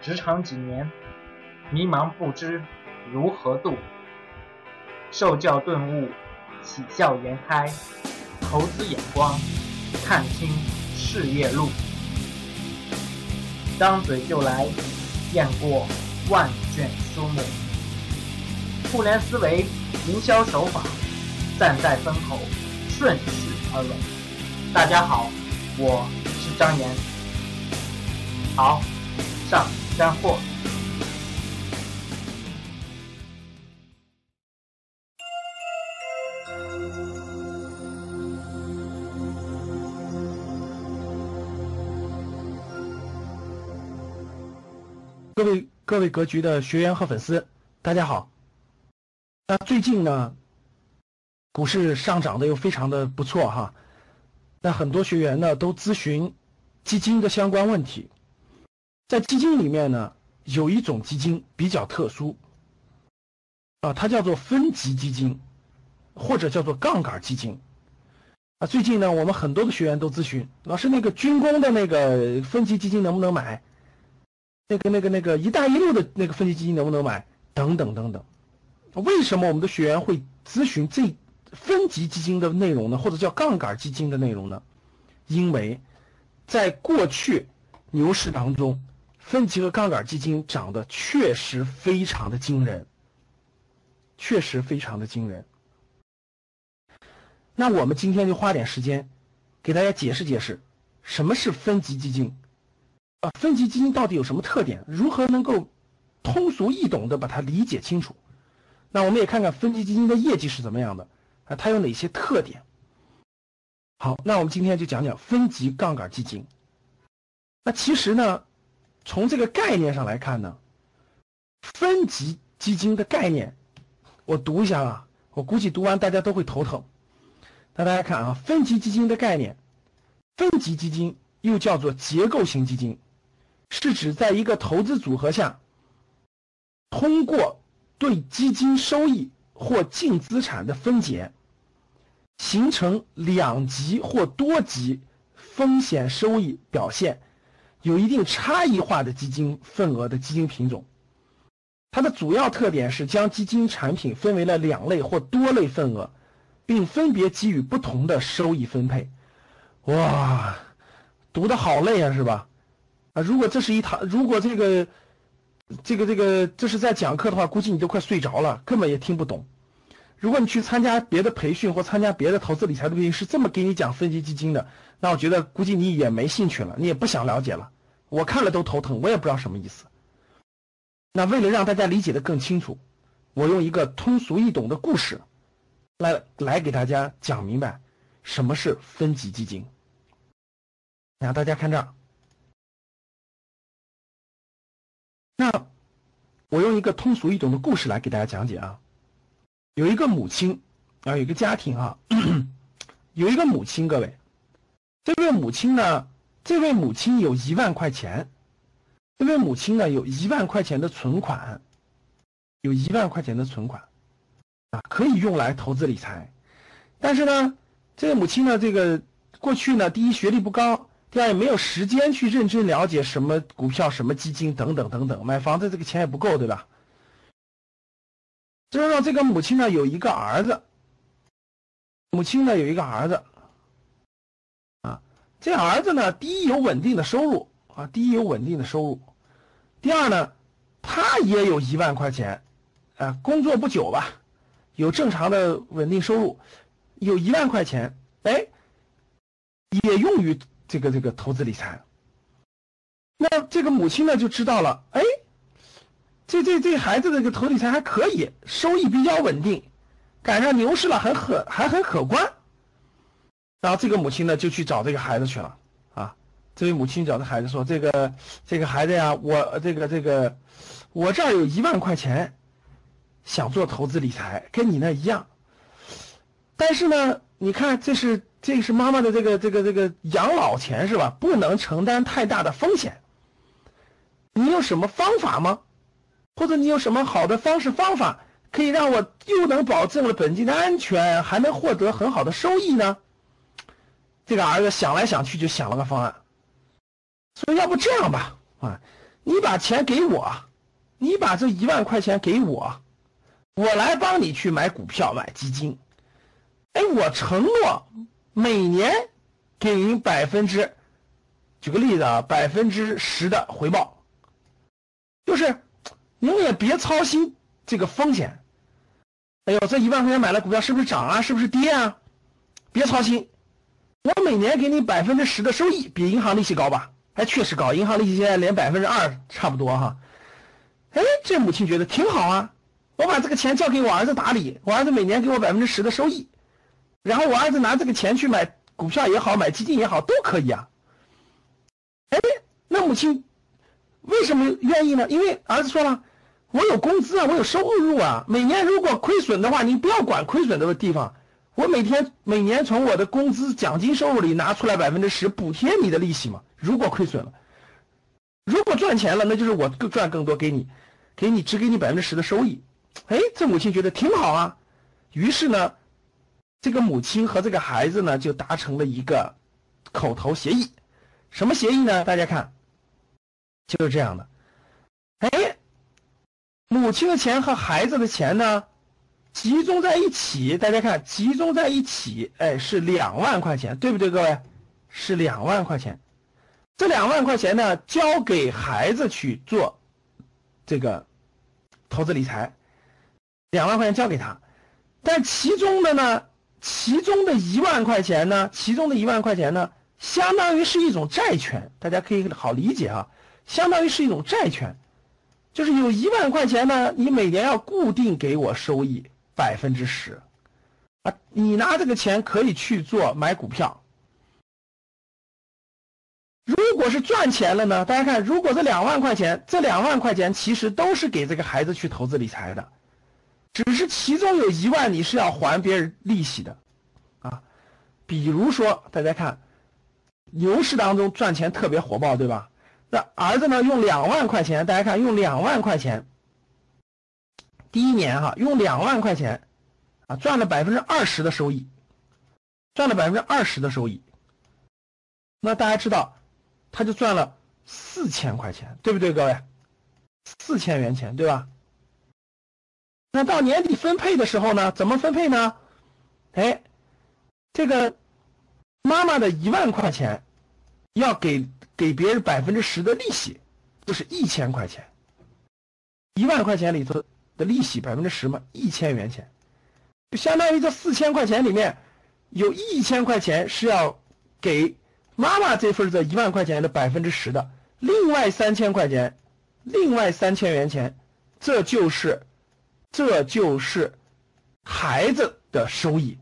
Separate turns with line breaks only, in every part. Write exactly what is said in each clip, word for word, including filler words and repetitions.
职场几年，迷茫不知如何度，受教顿悟，喜笑颜开，投资眼光，看清事业路，张嘴就来，雁过万卷书目，互联思维，营销手法，站在风口，顺势而为。大家好，我是张岩。好，上干货。
各位各位格局的学员和粉丝，大家好。那最近呢，股市上涨的又非常的不错哈。那很多学员呢都咨询基金的相关问题。在基金里面呢，有一种基金比较特殊啊，它叫做分级基金，或者叫做杠杆基金啊。最近呢，我们很多的学员都咨询，老师那个军工的那个分级基金能不能买？那个、那个、那个“一带一路”的那个分级基金能不能买？等等等等。为什么我们的学员会咨询这分级基金的内容呢？或者叫杠杆基金的内容呢？因为在过去牛市当中，分级和杠杆基金涨得确实非常的惊人，确实非常的惊人。那我们今天就花点时间给大家解释解释，什么是分级基金。啊，分级基金到底有什么特点？如何能够通俗易懂的把它理解清楚？那我们也看看分级基金的业绩是怎么样的啊，它有哪些特点？好，那我们今天就讲讲分级杠杆基金。那其实呢，从这个概念上来看呢，分级基金的概念，我读一下啊，我估计读完大家都会头疼。那大家看啊，分级基金的概念，分级基金又叫做结构型基金。是指在一个投资组合下，通过对基金收益或净资产的分解，形成两级或多级风险收益表现有一定差异化的基金份额的基金品种。它的主要特点是将基金产品分为了两类或多类份额，并分别给予不同的收益分配。哇，读得好累啊，是吧？啊，如果这是一堂，如果这个，这个这个这是在讲课的话，估计你都快睡着了，根本也听不懂。如果你去参加别的培训或参加别的投资理财的培训，是这么给你讲分级基金的，那我觉得估计你也没兴趣了，你也不想了解了。我看了都头疼，我也不知道什么意思。那为了让大家理解的更清楚，我用一个通俗易懂的故事来来给大家讲明白什么是分级基金。那大家看这儿。那我用一个通俗易懂的故事来给大家讲解啊。有一个母亲啊，有一个家庭啊，有一个母亲，各位，这位母亲呢，这位母亲有一万块钱，这位母亲呢有一万块钱的存款，有一万块钱的存款啊，可以用来投资理财。但是呢，这位母亲呢，这个过去呢，第一学历不高。第二，也没有时间去认真了解什么股票、什么基金等等等等，买房子这个钱也不够，对吧？就是说，这个母亲呢有一个儿子，母亲呢有一个儿子，啊，这儿子呢，第一有稳定的收入啊，第一有稳定的收入，第二呢，他也有一万块钱，啊，工作不久吧，有正常的稳定收入，有一万块钱，哎，也用于。这个这个投资理财，那这个母亲呢就知道了，哎，这这这孩子的这个投资理财还可以，收益比较稳定，赶上牛市了，很可还很可观。然后这个母亲呢就去找这个孩子去了啊。这位母亲找这孩子说：“这个这个孩子呀，我这个这个我这儿有一万块钱，想做投资理财，跟你那一样。但是呢，你看这是。”这是妈妈的这个这个这个养老钱是吧？不能承担太大的风险。你有什么方法吗？或者你有什么好的方式方法，可以让我又能保证了本金的安全，还能获得很好的收益呢？这个儿子想来想去就想了个方案，说要不这样吧，啊， 你把钱给我，你把这一万块钱给我，我来帮你去买股票买基金，哎，我承诺每年给您百分之，举个例子啊，百分之十的回报，就是您也别操心这个风险。哎呦，这一万块钱买了股票是不是涨啊？是不是跌啊？别操心，我每年给你百分之十的收益，比银行利息高吧？哎，确实高，银行利息现在连百分之二差不多哈。哎，这母亲觉得挺好啊，我把这个钱交给我儿子打理，我儿子每年给我百分之十的收益，然后我儿子拿这个钱去买股票也好，买基金也好，都可以啊。哎，那母亲为什么愿意呢？因为儿子说了，我有工资啊，我有收入啊，每年如果亏损的话，你不要管亏损的地方，我每天每年从我的工资奖金收入里拿出来百分之十补贴你的利息嘛。如果亏损了，如果赚钱了，那就是我赚更多给你，给你只给你百分之十的收益。哎，这母亲觉得挺好啊，于是呢，这个母亲和这个孩子呢就达成了一个口头协议。什么协议呢？大家看，就是这样的。哎，母亲的钱和孩子的钱呢集中在一起，大家看，集中在一起，哎，是两万块钱，对不对，各位？是两万块钱。这两万块钱呢，交给孩子去做这个投资理财，两万块钱交给他。但其中的呢，其中的一万块钱呢，其中的一万块钱呢，相当于是一种债权，大家可以好理解啊，相当于是一种债权，就是有一万块钱呢，你每年要固定给我收益百分之十啊，你拿这个钱可以去做买股票。如果是赚钱了呢？大家看，如果这两万块钱，这两万块钱其实都是给这个孩子去投资理财的，只是其中有一万你是要还别人利息的啊。比如说，大家看，牛市当中赚钱特别火爆，对吧？那儿子呢，用两万块钱，大家看，用两万块钱，第一年哈，用两万块钱啊，赚了百分之二十的收益，赚了百分之二十的收益。那大家知道，他就赚了四千块钱，对不对，各位？四千元钱，对吧？那到年底分配的时候呢，怎么分配呢？哎，这个妈妈的一万块钱要给给别人百分之十的利息，就是一千块钱。一万块钱里头的利息百分之十嘛，一千元钱，就相当于这四千块钱里面有一千块钱是要给妈妈这份这一万块钱的百分之十的，另外三千块钱，另外三千元钱，这就是这就是孩子的收益。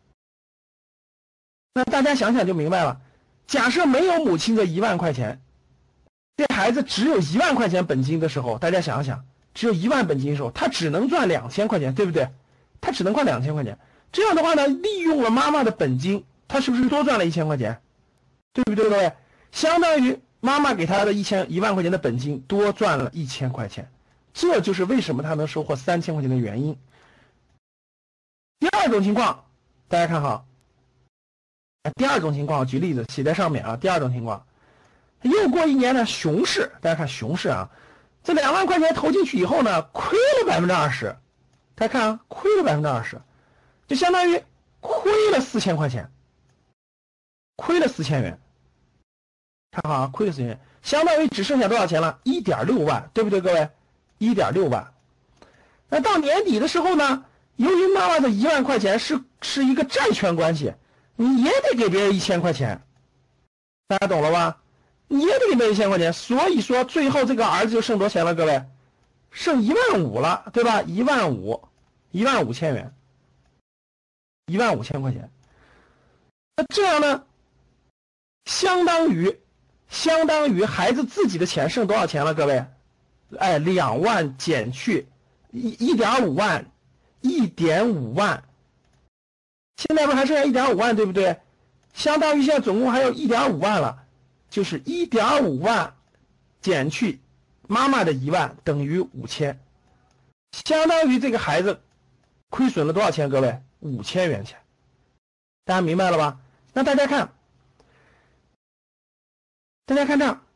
那大家想想就明白了。假设没有母亲的一万块钱，这孩子只有一万块钱本金的时候，大家想想，只有一万本金的时候，他只能赚两千块钱，对不对？他只能赚两千块钱。这样的话呢，利用了妈妈的本金，他是不是多赚了一千块钱？对不对，各位？相当于妈妈给他的一千一万块钱的本金多赚了一千块钱，这就是为什么他能收获三千块钱的原因。第二种情况，大家看哈，第二种情况，举例子写在上面啊。第二种情况，又过一年呢，熊市，大家看熊市啊，这两万块钱投进去以后呢，亏了百分之二十，大家看啊，亏了百分之二十，就相当于亏了四千块钱，亏了四千元。看好啊，亏了四千元，相当于只剩下多少钱了？一点六万，对不对，各位？一点六万。那到年底的时候呢，由于妈妈的一万块钱是是一个债权关系，你也得给别人一千块钱，大家懂了吧？你也得给别人一千块钱，所以说最后这个儿子就剩多少钱了，各位？剩一万五了，对吧？一万五，一万五千元，一万五千块钱。那这样呢，相当于相当于孩子自己的钱剩多少钱了，各位？哎，两万减去一一点五万，一点五万。现在不还剩下一点五万，对不对？相当于现在总共还有一点五万了，就是一点五万减去妈妈的一万等于五千，相当于这个孩子亏损了多少钱？各位，五千元钱。大家明白了吧？那大家看，大家看这儿，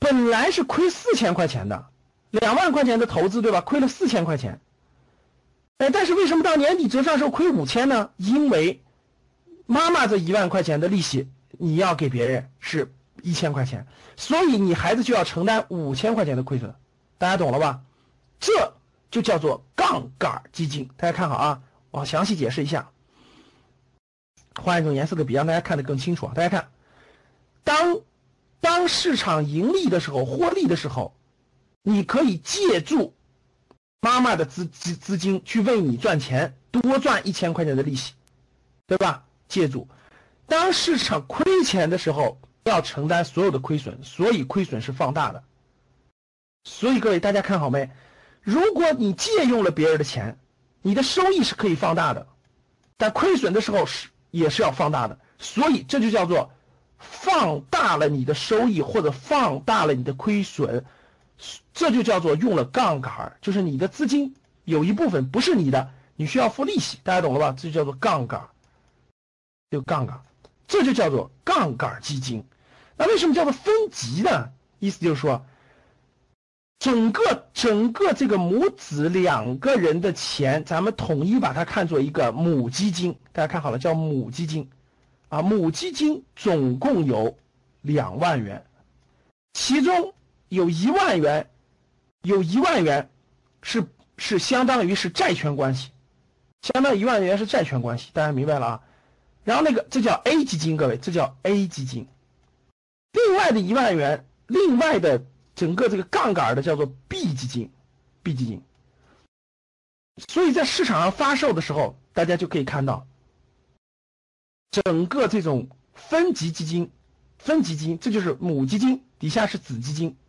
本来是亏四千块钱的，两万块钱的投资，对吧？亏了四千块钱。哎，但是为什么到年底折算时候亏五千呢？因为妈妈这一万块钱的利息你要给别人是一千块钱，所以你孩子就要承担五千块钱的亏损。大家懂了吧？这就叫做杠杆基金。大家看好啊，我详细解释一下。换一种颜色的笔让大家看得更清楚啊。大家看，当当市场盈利的时候，获利的时候，你可以借助妈妈的资资资金去为你赚钱，多赚一千块钱的利息，对吧？借助。当市场亏钱的时候，要承担所有的亏损，所以亏损是放大的。所以各位大家看好没？如果你借用了别人的钱，你的收益是可以放大的，但亏损的时候是也是要放大的。所以这就叫做放大了你的收益，或者放大了你的亏损，这就叫做用了杠杆，就是你的资金有一部分不是你的，你需要付利息，大家懂了吧？这就叫做杠杆，就杠杆，这就叫做杠杆基金。那为什么叫做分级呢？意思就是说，整个整个这个母子两个人的钱，咱们统一把它看作一个母基金，大家看好了，叫母基金啊。母基金总共有两万元，其中有一万元，有一万元是是相当于是债权关系，相当于一万元是债权关系，大家明白了啊？然后那个这叫 A 基金，各位，这叫 A 基金。另外的一万元，另外的整个这个杠杆的叫做 B 基金 ，B 基金。所以在市场上发售的时候，大家就可以看到，整个这种分级基金，分级基金，这就是母基金，底下是子基金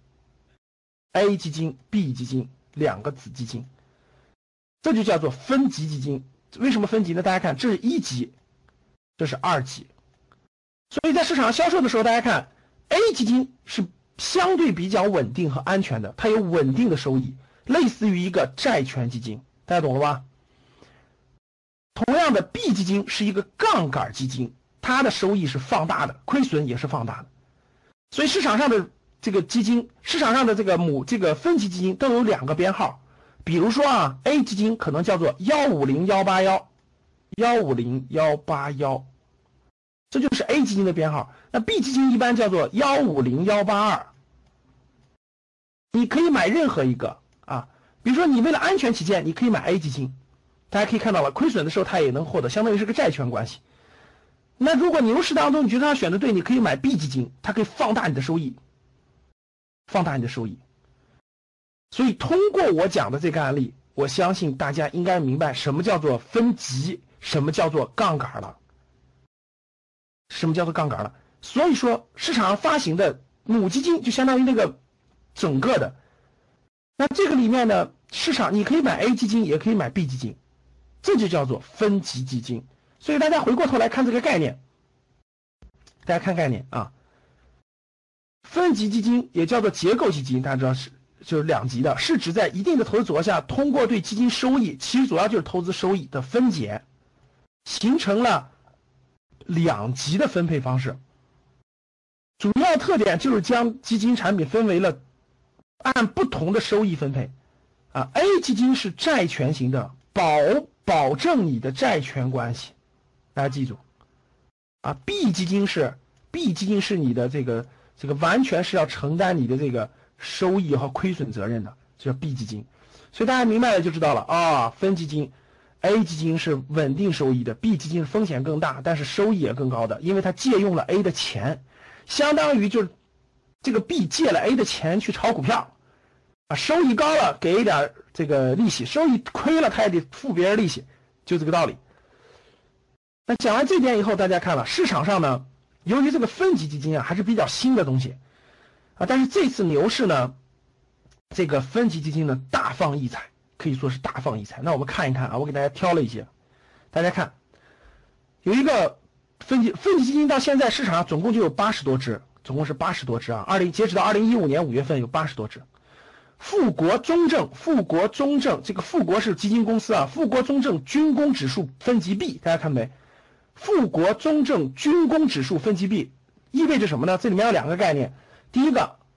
，A 基金、B 基金两个子基金，这就叫做分级基金。为什么分级呢？大家看，这是一级，这是二级。所以在市场上销售的时候，大家看 A 基金是相对比较稳定和安全的，它有稳定的收益，类似于一个债权基金，大家懂了吧？同样的 B 基金是一个杠杆基金，它的收益是放大的，亏损也是放大的。所以市场上的这个基金，市场上的这个母这个分级基金都有两个编号，比如说啊 A 基金可能叫做一五零一八一，一五零一八一，这就是 A 基金的编号。那 B 基金一般叫做一五零一八二，你可以买任何一个啊，比如说你为了安全起见，你可以买 A 基金，大家可以看到了，亏损的时候它也能获得，相当于是个债权关系。那如果牛市当中你觉得它选的对，你可以买 B 基金，它可以放大你的收益，放大你的收益。所以通过我讲的这个案例，我相信大家应该明白什么叫做分级，什么叫做杠杆了，什么叫做杠杆了。所以说市场上发行的母基金就相当于那个整个的，那这个里面呢，市场你可以买 A 基金，也可以买 B 基金，这就叫做分级基金。所以大家回过头来看这个概念，大家看概念啊，分级基金也叫做结构基金，大家知道是就是两级的，是指在一定的投资组合下，通过对基金收益，其实主要就是投资收益的分解，形成了两级的分配方式。主要特点就是将基金产品分为了按不同的收益分配啊。A 基金是债权型的，保保证你的债权关系，大家记住啊。B 基金是 B 基金是你的这个这个完全是要承担你的这个收益和亏损责任的，这叫 B 基金。所以大家明白了就知道了啊。分基金 A 基金是稳定收益的， B 基金是风险更大，但是收益也更高的，因为它借用了 A 的钱，相当于就是这个 B 借了 A 的钱去炒股票啊，收益高了给一点这个利息，收益亏了他也得付别人利息，就这个道理。那讲完这点以后，大家看了市场上呢，由于这个分级基金啊还是比较新的东西啊，但是这次牛市呢，这个分级基金呢大放异彩，可以说是大放异彩。那我们看一看啊，我给大家挑了一些，大家看，有一个分级分级基金到现在市场上总共就有八十多只，总共是八十多只啊。二零截止到二零一五年五月份有八十多只。富国中证，富国中证，这个富国是基金公司啊，富国中证军工指数分级 B， 大家看没？富国中证军工指数分级 B 意味着什么呢？这里面有两个概念，第一个，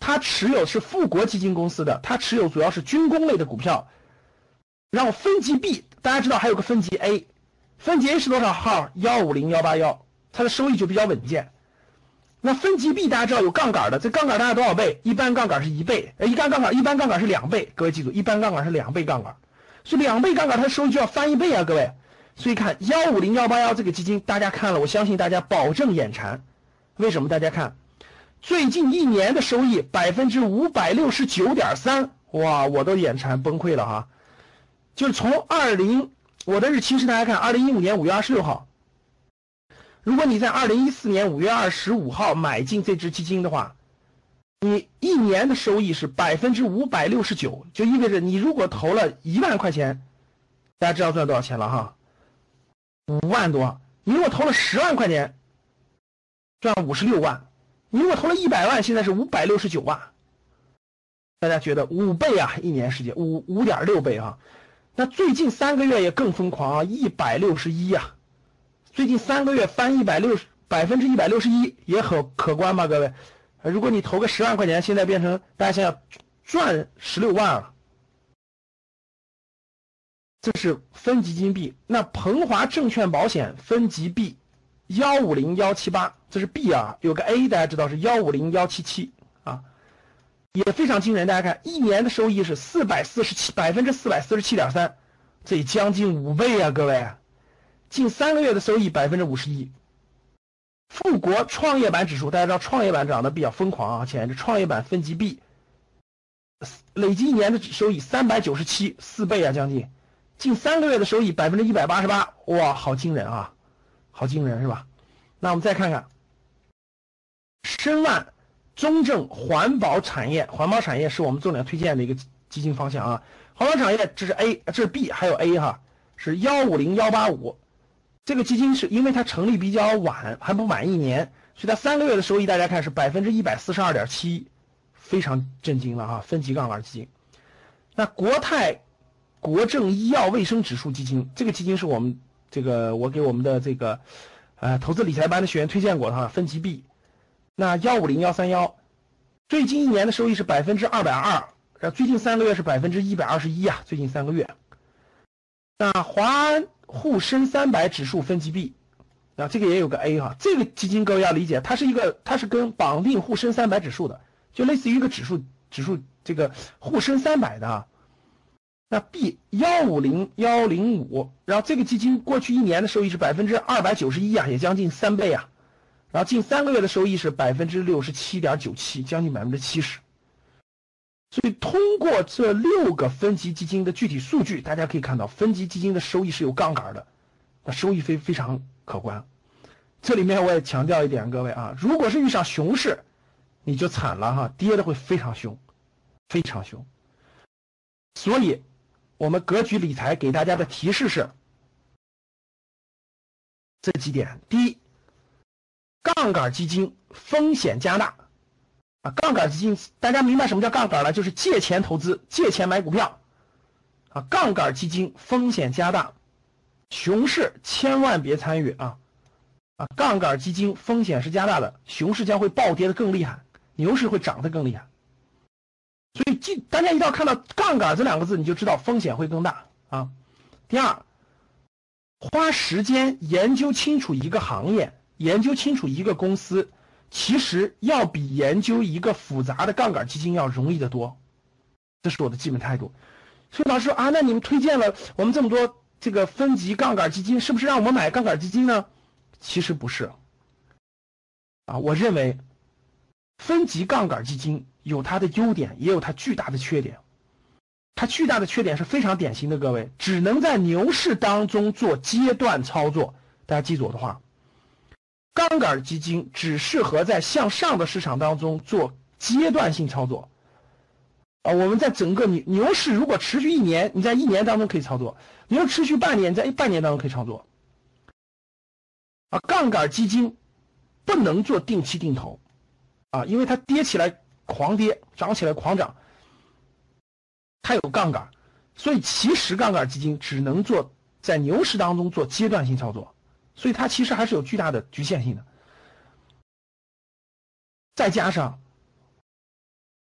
它持有是富国基金公司的，它持有主要是军工类的股票。然后分级 B 大家知道还有个分级 A， 分级 A 是多少号？一五零一八一，它的收益就比较稳健。那分级 B 大家知道有杠杆的，这杠杆大概多少倍？一般杠杆是一倍，呃，一般杠杆一般杠杆是两倍，各位记住，一般杠杆是两倍杠杆，所以两倍杠杆它的收益就要翻一倍啊，各位。所以看一五零一八一这个基金，大家看了，我相信大家保证眼馋。为什么？大家看，最近一年的收益百分之五百六十九点三，哇，我都眼馋崩溃了哈。就是从二零，我的日期是大家看二零一五年五月二十六号。如果你在二零一四年五月二十五号买进这只基金的话，你一年的收益是百分之五百六十九，就意味着你如果投了一万块钱，大家知道赚多少钱了哈？五万多。你如果投了十万块钱，赚五十六万。你如果投了一百万，现在是五百六十九万。大家觉得五倍啊，一年时间五五点六倍啊。那最近三个月也更疯狂啊，一百六十一啊。最近三个月翻一百六十百分之一百六十一，也很可观吧，各位？如果你投个十万块钱，现在变成大家想想赚十六万了，这是分级金 B。那鹏华证券保险分级 B 一五零一七八，这是 B 啊，有个 A 大家知道是一五零一七七啊，也非常惊人。大家看一年的收益是四百四十七百分之四百四十七点三，这也将近五倍啊，各位。近三个月的收益百分之五十一。富国创业板指数，大家知道创业板涨得比较疯狂啊，前一阵创业板分级 B， 累计一年的收益三百九十七，四倍啊，将近。近三个月的收益百分之一百八十八，哇，好惊人啊，好惊人是吧？那我们再看看申万中证环保产业，环保产业是我们重点推荐的一个基金方向啊。环保产业这是 A， 这是 B， 还有 A 哈，是一五零一八五。这个基金是因为它成立比较晚，还不满一年，所以它三个月的收益大家看是百分之一百四十二点七，非常震惊了哈，分级杠杆基金。那国泰国证医药卫生指数基金，这个基金是我们这个我给我们的这个呃投资理财班的学员推荐过的哈，分级 B。那一五零一三一，最近一年的收益是百分之二百二，然后最近三个月是百分之一百二十一啊，最近三个月。那华安沪深三百指数分级 B， 啊，这个也有个 A 哈，这个基金各位要理解，它是一个，它是跟绑定沪深三百指数的，就类似于一个指数，指数这个沪深三百的啊。那 B 一五零一零五，然后这个基金过去一年的收益是百分之二百九十一啊，也将近三倍啊，然后近三个月的收益是百分之六十七点九七，将近百分之七十。所以通过这六个分级基金的具体数据，大家可以看到分级基金的收益是有杠杆的，那收益非非常可观。这里面我也强调一点，各位啊，如果是遇上熊市，你就惨了哈，跌的会非常凶，非常凶。所以我们格局理财给大家的提示是这几点：第一，杠杆基金风险加大。啊，杠杆基金，大家明白什么叫杠杆了？就是借钱投资，借钱买股票。啊，杠杆基金风险加大，熊市千万别参与啊！啊，杠杆基金风险是加大的，熊市将会暴跌的更厉害，牛市会涨得更厉害。所以记，大家一定要看到杠杆这两个字，你就知道风险会更大啊。第二，花时间研究清楚一个行业，研究清楚一个公司。其实要比研究一个复杂的杠杆基金要容易得多，这是我的基本态度。所以老师说啊，那你们推荐了我们这么多这个分级杠杆基金，是不是让我们买杠杆基金呢？其实不是啊，我认为分级杠杆基金有它的优点，也有它巨大的缺点。它巨大的缺点是非常典型的，各位只能在牛市当中做阶段操作。大家记住我的话。杠杆基金只适合在向上的市场当中做阶段性操作啊。我们在整个牛牛市如果持续一年，你在一年当中可以操作；你要持续半年，在半年当中可以操作。啊，杠杆基金不能做定期定投啊，因为它跌起来狂跌，涨起来狂涨，它有杠杆，所以其实杠杆基金只能做在牛市当中做阶段性操作。所以它其实还是有巨大的局限性的，再加上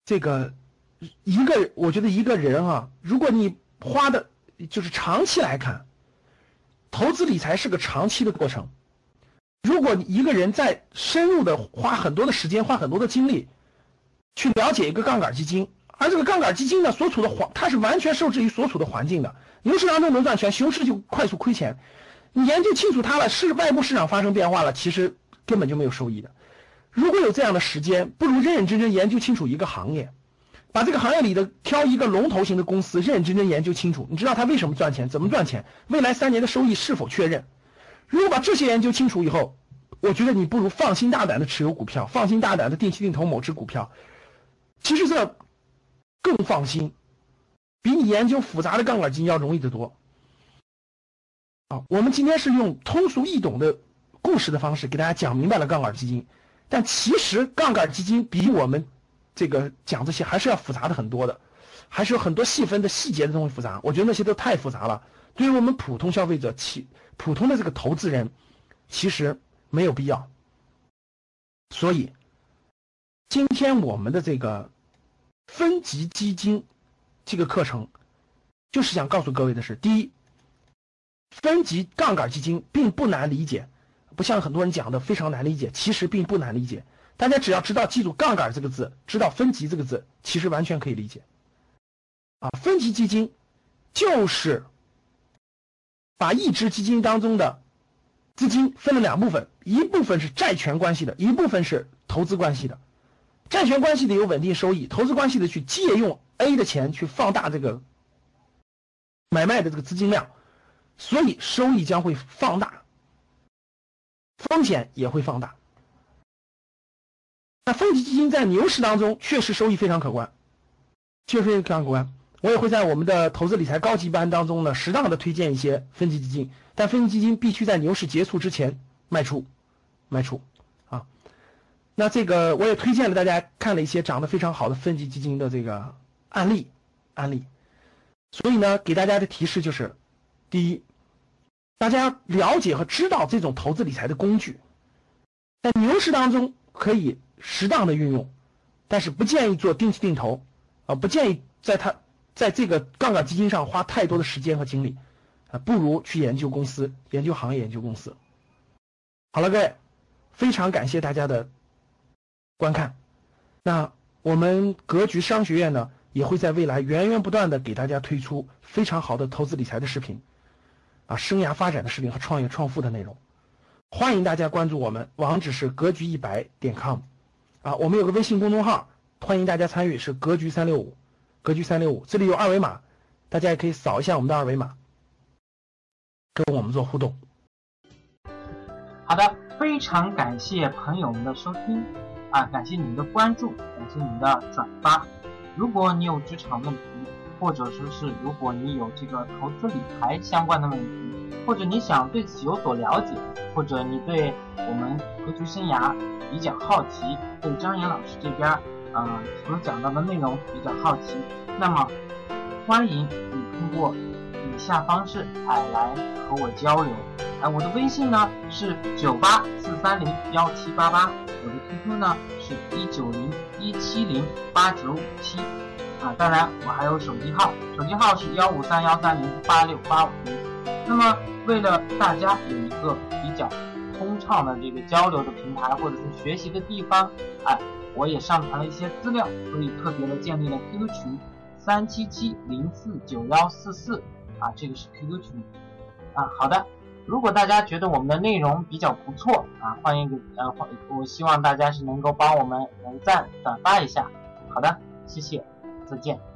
这个一个我觉得一个人啊，如果你花的就是长期来看，投资理财是个长期的过程。如果一个人在深入的花很多的时间，花很多的精力去了解一个杠杆基金，而这个杠杆基金呢所处的环，它是完全受制于所处的环境的。牛市当中能赚钱，熊市就快速亏钱。你研究清楚它了，是外部市场发生变化了，其实根本就没有收益的。如果有这样的时间，不如认认真真研究清楚一个行业，把这个行业里的挑一个龙头型的公司，认认真真研究清楚，你知道它为什么赚钱，怎么赚钱，未来三年的收益是否确认。如果把这些研究清楚以后，我觉得你不如放心大胆的持有股票，放心大胆的定期定投某只股票，其实这更放心，比你研究复杂的杠杆基金要容易得多。啊，我们今天是用通俗易懂的故事的方式给大家讲明白了杠杆基金，但其实杠杆基金比我们这个讲这些还是要复杂的很多的，还是有很多细分的细节的东西复杂，我觉得那些都太复杂了，对于我们普通消费者，其普通的这个投资人其实没有必要。所以今天我们的这个分级基金这个课程就是想告诉各位的是，第一，分级杠杆基金并不难理解，不像很多人讲的非常难理解，其实并不难理解。大家只要知道记住杠杆这个字，知道分级这个字，其实完全可以理解。啊，分级基金就是把一只基金当中的资金分了两部分，一部分是债权关系的，一部分是投资关系的。债权关系的有稳定收益，投资关系的去借用 A 的钱去放大这个买卖的这个资金量，所以收益将会放大，风险也会放大。那分级基金在牛市当中确实收益非常可观，确实非常可观。我也会在我们的投资理财高级班当中呢，适当的推荐一些分级基金，但分级基金必须在牛市结束之前卖出，卖出啊。那这个我也推荐了大家看了一些涨得非常好的分级基金的这个案例，案例。所以呢，给大家的提示就是，第一，大家了解和知道这种投资理财的工具，在牛市当中可以适当的运用，但是不建议做定期定投啊，不建议在它在这个杠杆基金上花太多的时间和精力啊，不如去研究公司、研究行业、研究公司。好了，各位，非常感谢大家的观看。那我们格局商学院呢，也会在未来源源不断的给大家推出非常好的投资理财的视频啊，生涯发展的视频和创业创富的内容。欢迎大家关注我们，网址是格局一百点 com 啊，我们有个微信公众号，欢迎大家参与，是格局三六五，格局三六五，这里有二维码，大家也可以扫一下我们的二维码，跟我们做互动。
好的，非常感谢朋友们的收听啊，感谢你们的关注，感谢你们的转发。如果你有职场问题，或者说是如果你有这个投资理财相关的问题，或者你想对此有所了解，或者你对我们格局生涯比较好奇，对张岩老师这边呃所讲到的内容比较好奇，那么欢迎你通过以下方式哎来和我交流。啊，我的微信呢是九八四三零幺七八八，我的 Q Q 呢是一九零一七零八九五七。啊，当然我还有手机号，手机号是幺五三幺三零八六八五零。那么为了大家有一个比较通畅的这个交流的平台，或者是学习的地方，哎，我也上传了一些资料，所以特别的建立了 Q Q 群三七七零四九幺四四啊，这个是 Q Q 群啊。好的，如果大家觉得我们的内容比较不错啊，欢迎给呃，我希望大家是能够帮我们点赞转发一下。好的，谢谢，再见。